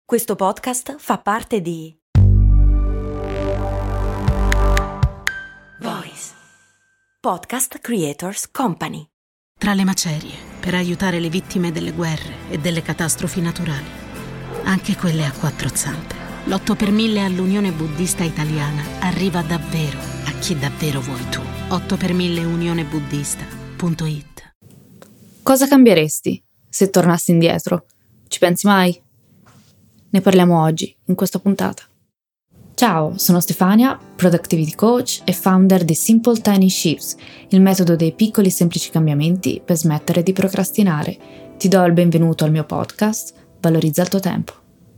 Questo podcast fa parte di Voice Podcast Creators Company. Tra le macerie, per aiutare le vittime delle guerre e delle catastrofi naturali, anche quelle a quattro zampe, l'8 per 1000 all'Unione Buddista Italiana arriva davvero a chi davvero vuoi tu. 8 per 1000 unionebuddista.it. Cosa cambieresti se tornassi indietro? Ci pensi mai? Ne parliamo oggi, in questa puntata. Ciao, sono Stefania, Productivity Coach e founder di Simple Tiny Shifts, il metodo dei piccoli semplici cambiamenti per smettere di procrastinare. Ti do il benvenuto al mio podcast, Valorizza il tuo tempo.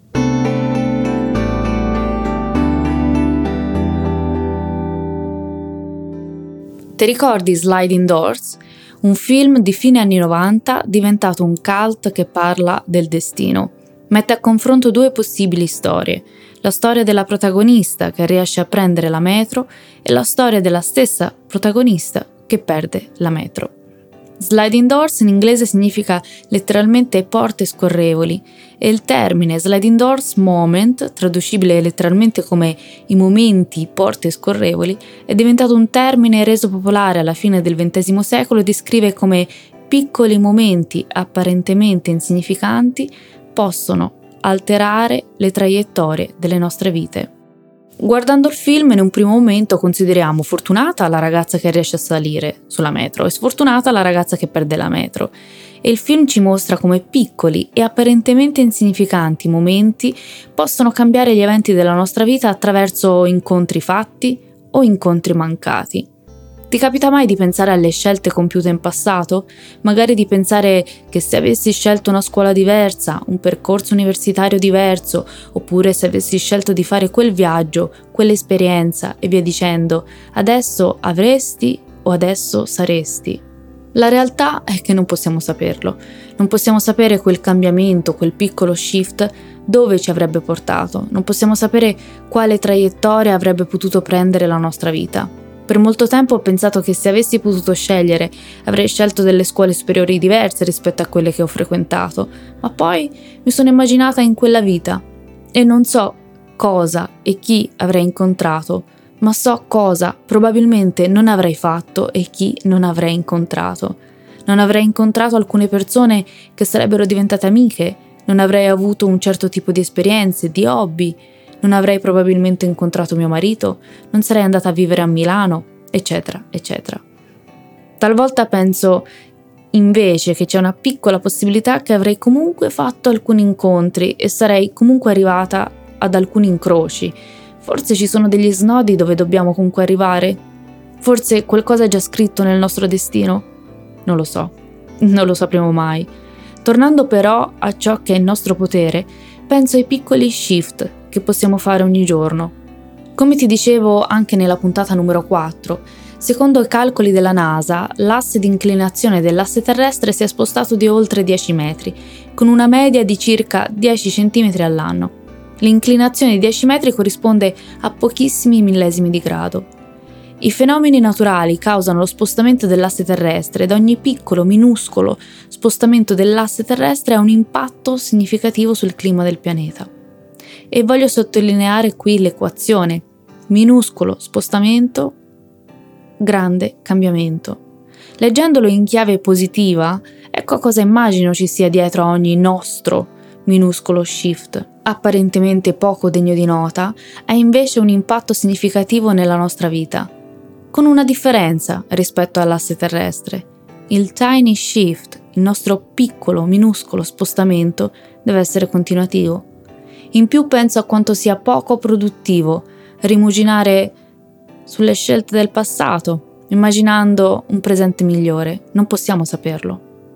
Ti ricordi Sliding Doors? Un film di fine anni 90 diventato un cult che parla del destino. Mette a confronto due possibili storie, la storia della protagonista che riesce a prendere la metro e la storia della stessa protagonista che perde la metro. Sliding doors in inglese significa letteralmente porte scorrevoli e il termine sliding doors moment, traducibile letteralmente come i momenti porte scorrevoli, è diventato un termine reso popolare alla fine del XX secolo e descrive come piccoli momenti apparentemente insignificanti possono alterare le traiettorie delle nostre vite. Guardando il film, in un primo momento consideriamo fortunata la ragazza che riesce a salire sulla metro e sfortunata la ragazza che perde la metro. E il film ci mostra come piccoli e apparentemente insignificanti momenti possono cambiare gli eventi della nostra vita attraverso incontri fatti o incontri mancati. Ti capita mai di pensare alle scelte compiute in passato? Magari di pensare che se avessi scelto una scuola diversa, un percorso universitario diverso, oppure se avessi scelto di fare quel viaggio, quell'esperienza e via dicendo, adesso avresti o adesso saresti. La realtà è che non possiamo saperlo. Non possiamo sapere quel cambiamento, quel piccolo shift, dove ci avrebbe portato. Non possiamo sapere quale traiettoria avrebbe potuto prendere la nostra vita. Per molto tempo ho pensato che se avessi potuto scegliere avrei scelto delle scuole superiori diverse rispetto a quelle che ho frequentato, ma poi mi sono immaginata in quella vita e non so cosa e chi avrei incontrato, ma so cosa probabilmente non avrei fatto e chi non avrei incontrato. Non avrei incontrato alcune persone che sarebbero diventate amiche, non avrei avuto un certo tipo di esperienze, di hobby, non avrei probabilmente incontrato mio marito, non sarei andata a vivere a Milano, eccetera, eccetera. Talvolta penso invece che c'è una piccola possibilità che avrei comunque fatto alcuni incontri e sarei comunque arrivata ad alcuni incroci. Forse ci sono degli snodi dove dobbiamo comunque arrivare? Forse qualcosa è già scritto nel nostro destino? Non lo so, non lo sapremo mai. Tornando però a ciò che è in nostro potere, penso ai piccoli shift che possiamo fare ogni giorno. Come ti dicevo anche nella puntata numero 4, secondo i calcoli della NASA, l'asse di inclinazione dell'asse terrestre si è spostato di oltre 10 metri, con una media di circa 10 cm all'anno. L'inclinazione di 10 metri corrisponde a pochissimi millesimi di grado. I fenomeni naturali causano lo spostamento dell'asse terrestre ed ogni piccolo, minuscolo spostamento dell'asse terrestre ha un impatto significativo sul clima del pianeta. E voglio sottolineare qui l'equazione: minuscolo spostamento, grande cambiamento. Leggendolo in chiave positiva, ecco cosa immagino ci sia dietro a ogni nostro minuscolo shift. Apparentemente poco degno di nota, ha invece un impatto significativo nella nostra vita, con una differenza rispetto all'asse terrestre. Il tiny shift, il nostro piccolo, minuscolo spostamento, deve essere continuativo. In più penso a quanto sia poco produttivo rimuginare sulle scelte del passato, immaginando un presente migliore. Non possiamo saperlo.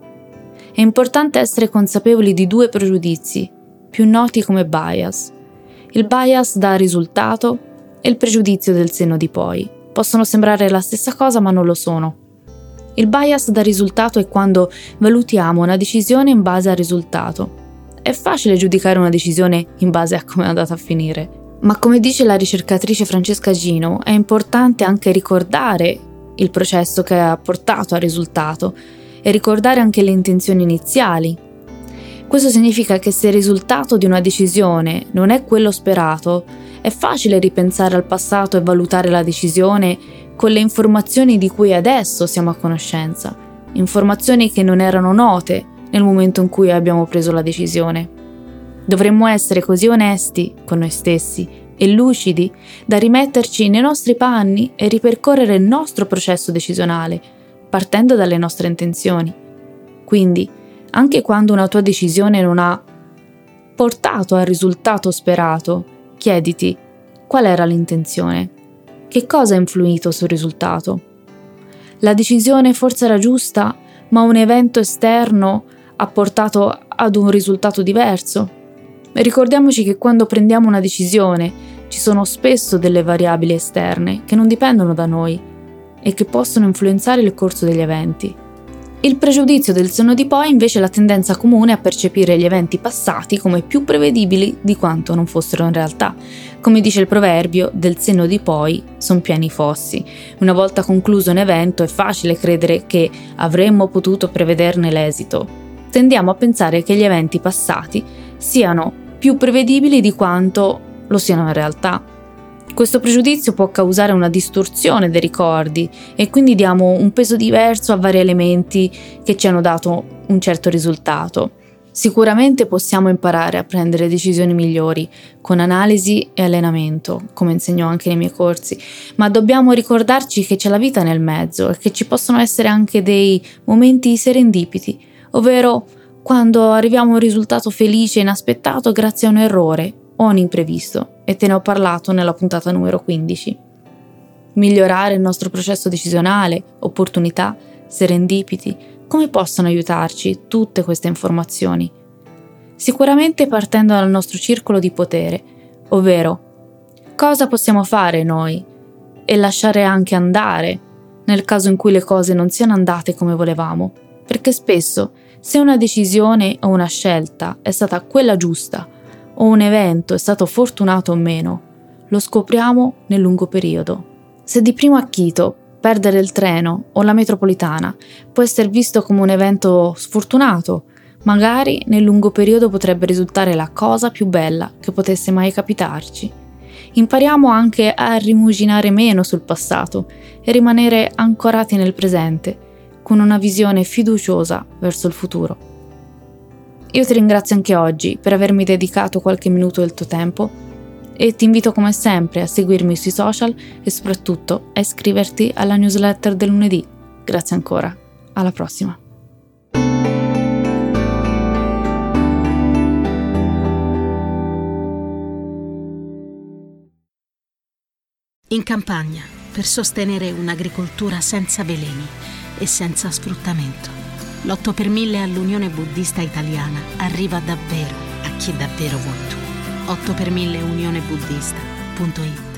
È importante essere consapevoli di due pregiudizi, più noti come bias. Il bias da risultato e il pregiudizio del senno di poi. Possono sembrare la stessa cosa, ma non lo sono. Il bias da risultato è quando valutiamo una decisione in base al risultato. È facile giudicare una decisione in base a come è andata a finire, ma come dice la ricercatrice Francesca Gino, è importante anche ricordare il processo che ha portato al risultato e ricordare anche le intenzioni iniziali. Questo significa che se il risultato di una decisione non è quello sperato, è facile ripensare al passato e valutare la decisione con le informazioni di cui adesso siamo a conoscenza, informazioni che non erano note nel momento in cui abbiamo preso la decisione. Dovremmo essere così onesti con noi stessi e lucidi da rimetterci nei nostri panni e ripercorrere il nostro processo decisionale, partendo dalle nostre intenzioni. Quindi, anche quando una tua decisione non ha portato al risultato sperato, chiediti qual era l'intenzione, che cosa ha influito sul risultato. La decisione forse era giusta, ma un evento esterno ha portato ad un risultato diverso. Ricordiamoci che quando prendiamo una decisione ci sono spesso delle variabili esterne che non dipendono da noi e che possono influenzare il corso degli eventi. Il pregiudizio del senno di poi invece è la tendenza comune a percepire gli eventi passati come più prevedibili di quanto non fossero in realtà. Come dice il proverbio, del senno di poi son pieni i fossi. Una volta concluso un evento è facile credere che avremmo potuto prevederne l'esito. Tendiamo a pensare che gli eventi passati siano più prevedibili di quanto lo siano in realtà. Questo pregiudizio può causare una distorsione dei ricordi e quindi diamo un peso diverso a vari elementi che ci hanno dato un certo risultato. Sicuramente possiamo imparare a prendere decisioni migliori con analisi e allenamento, come insegno anche nei miei corsi, ma dobbiamo ricordarci che c'è la vita nel mezzo e che ci possono essere anche dei momenti serendipiti, ovvero quando arriviamo a un risultato felice e inaspettato grazie a un errore o un imprevisto, e te ne ho parlato nella puntata numero 15. Migliorare il nostro processo decisionale, opportunità, serendipiti, come possono aiutarci tutte queste informazioni? Sicuramente partendo dal nostro circolo di potere, ovvero cosa possiamo fare noi e lasciare anche andare nel caso in cui le cose non siano andate come volevamo, perché spesso se una decisione o una scelta è stata quella giusta o un evento è stato fortunato o meno, lo scopriamo nel lungo periodo. Se di primo acchito perdere il treno o la metropolitana può essere visto come un evento sfortunato, magari nel lungo periodo potrebbe risultare la cosa più bella che potesse mai capitarci. Impariamo anche a rimuginare meno sul passato e rimanere ancorati nel presente, con una visione fiduciosa verso il futuro. Io ti ringrazio anche oggi per avermi dedicato qualche minuto del tuo tempo e ti invito come sempre a seguirmi sui social e soprattutto a iscriverti alla newsletter del lunedì. Grazie ancora, alla prossima. In campagna, per sostenere un'agricoltura senza veleni e senza sfruttamento, l'8 per 1000 all'Unione Buddista Italiana arriva davvero a chi davvero vuoi tu. 8 per 1000 unionebuddista.it